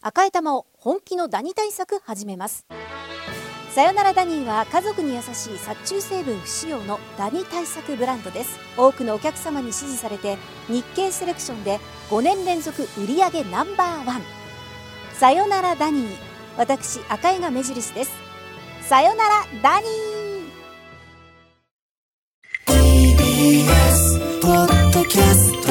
赤い玉を本気のダニ対策始めます。さよならダニーは家族に優しい殺虫成分不使用のダニ対策ブランドです。多くのお客様に支持されて日経セレクションで5年連続売上No.1。さよならダニー、私赤井が目印です。さよならダニー。 TBS ポッドキャスト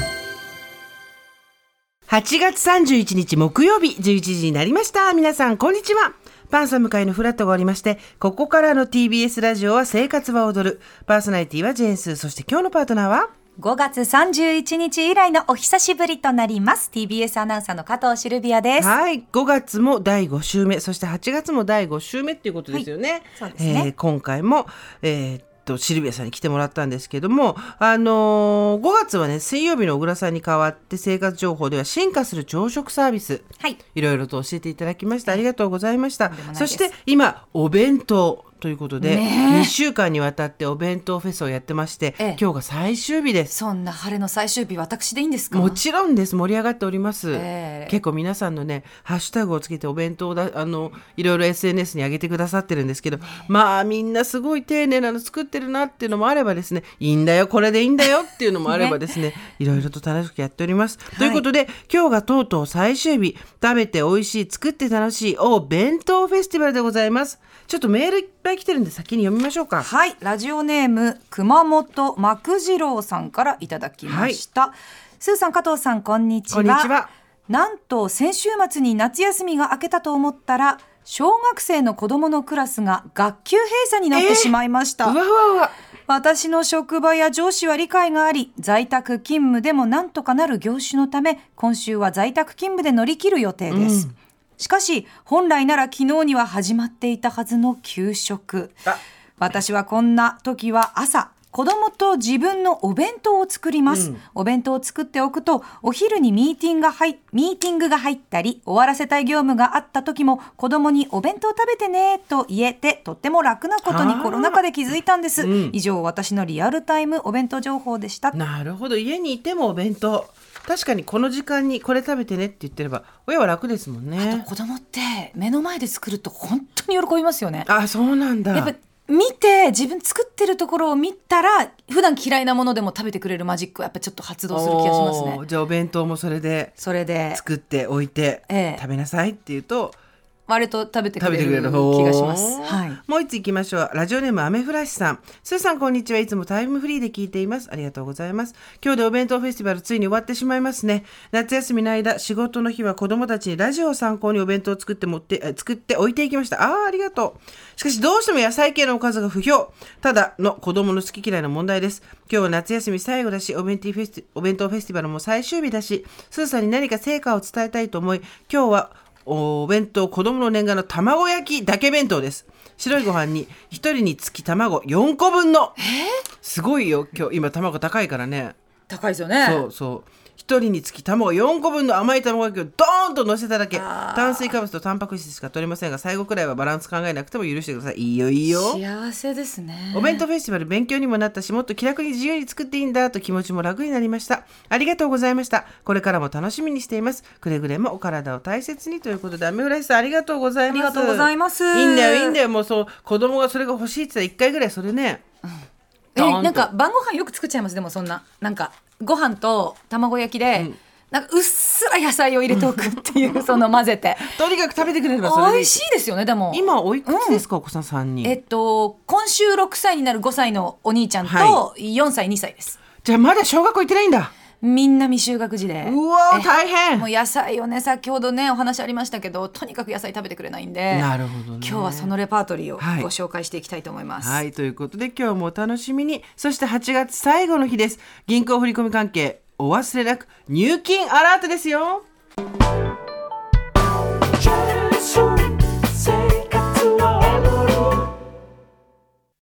8月31日木曜日11時になりました。皆さんこんにちは。パンサム会のフラットがおりまして、ここからの TBS ラジオは生活は踊る。パーソナリティはジェーンスー、そして今日のパートナーは 5月31日以来のお久しぶりとなります TBS アナウンサーの加藤シルビアです。 はい、5月も第5週目、そして8月も第5週目っていうことですよね。はい、 そうですね。 今回もシルビアさんに来てもらったんですけども、5月はね、水曜日の小倉さんに代わって生活情報では進化する朝食サービス、はい、いろいろと教えていただきました。ありがとうございました。そして今お弁当ということで、2週間にわたってお弁当フェスをやってまして、今日が最終日です。 そんな晴れの最終日、私でいいんですか？ もちろんです。盛り上がっております。結構皆さんのね、ハッシュタグをつけてお弁当だいろいろ SNS に上げてくださってるんですけど、まあみんなすごい丁寧なの作ってるなっていうのもあればですね、いいんだよこれでいいんだよっていうのもあればですねいろいろと楽しくやっております、ということで今日がとうとう最終日、食べて美味しい、作って楽しいお弁当フェスティバルでございます。ちょっとメールいっぱい来てるんで先に読みましょうか。 はい、ラジオネーム熊本幕次郎さんからいただきました、はい、スーさん、加藤さん、こんにちは。 こんにちは。 なんと先週末に夏休みが明けたと思ったら、小学生の子供のクラスが学級閉鎖になってしまいました。 うわうわうわ。 私の職場や上司は理解があり、在宅勤務でもなんとかなる業種のため、今週は在宅勤務で乗り切る予定です、しかし本来なら昨日には始まっていたはずの給食。私はこんな時は朝、子供と自分のお弁当を作ります、お弁当を作っておくと、お昼にミーティングが入ったり、終わらせたい業務があった時も子供にお弁当食べてねと言えて、とっても楽なことにコロナ禍で気づいたんです、以上、私のリアルタイムお弁当情報でした。 なるほど。家にいてもお弁当、確かにこの時間にこれ食べてねって言ってれば親は楽ですもんね。 あと子供って目の前で作ると本当に喜びますよね。 あ、そうなんだ。 やっぱ見て、自分作ってるところを見たら、普段嫌いなものでも食べてくれるマジックはやっぱちょっと発動する気がしますね。 じゃあお弁当もそれで作っておいて、食べなさいって言うと割と食べてくれる気がします、はい、 もう一ついきましょう。ラジオネームアメフラシさん。スーさん、こんにちは。いつもタイムフリーで聞いています。ありがとうございます。今日でお弁当フェスティバルついに終わってしまいますね。夏休みの間、仕事の日は子供たちにラジオを参考にお弁当を作って置いていきました。ありがとう。しかしどうしても野菜系のおかずが不評。ただの子供の好き嫌いの問題です。今日は夏休み最後だし、お弁当フェスティバルも最終日だし、スーさんに何か成果を伝えたいと思い、今日はお弁当、子供の念願の卵焼きだけ弁当です。白いご飯に1人につき卵4個分の、すごいよ。今卵高いからね。 高いですよね。 そうそう。1人につき卵4個分の甘い卵焼きをドーンと乗せただけ。炭水化物とタンパク質しか取れませんが、最後くらいはバランス考えなくても許してください。いいよいいよ。 幸せですね。 お弁当フェスティバル、勉強にもなったし、もっと気楽に自由に作っていいんだと気持ちも楽になりました。ありがとうございました。これからも楽しみにしています。くれぐれもお体を大切にということで、アメフラシさん、ありがとうございます。 ありがとうございます。 いいんだよいいんだよ。もうそう、子供がそれが欲しいって言ったら1回ぐらいそれね、 なんか晩ご飯よく作っちゃいます。でもそんななんかご飯と卵焼きで、なんかうっすら野菜を入れておくっていうその混ぜてとにかく食べてくれればそれで美味しいですよね。でも今おいくつですか、お子さん3人。 今週6歳になる5歳のお兄ちゃんと4歳2歳です。 じゃあまだ小学校行ってないんだ。 みんな未就学児で。 うわ大変。 もう野菜をね、先ほどねお話ありましたけど、とにかく野菜食べてくれないんで。 なるほどね。 今日はそのレパートリーをご紹介していきたいと思います。 はい、ということで今日もお楽しみに。そして8月最後の日です。銀行振込関係お忘れなく、入金アラートですよ。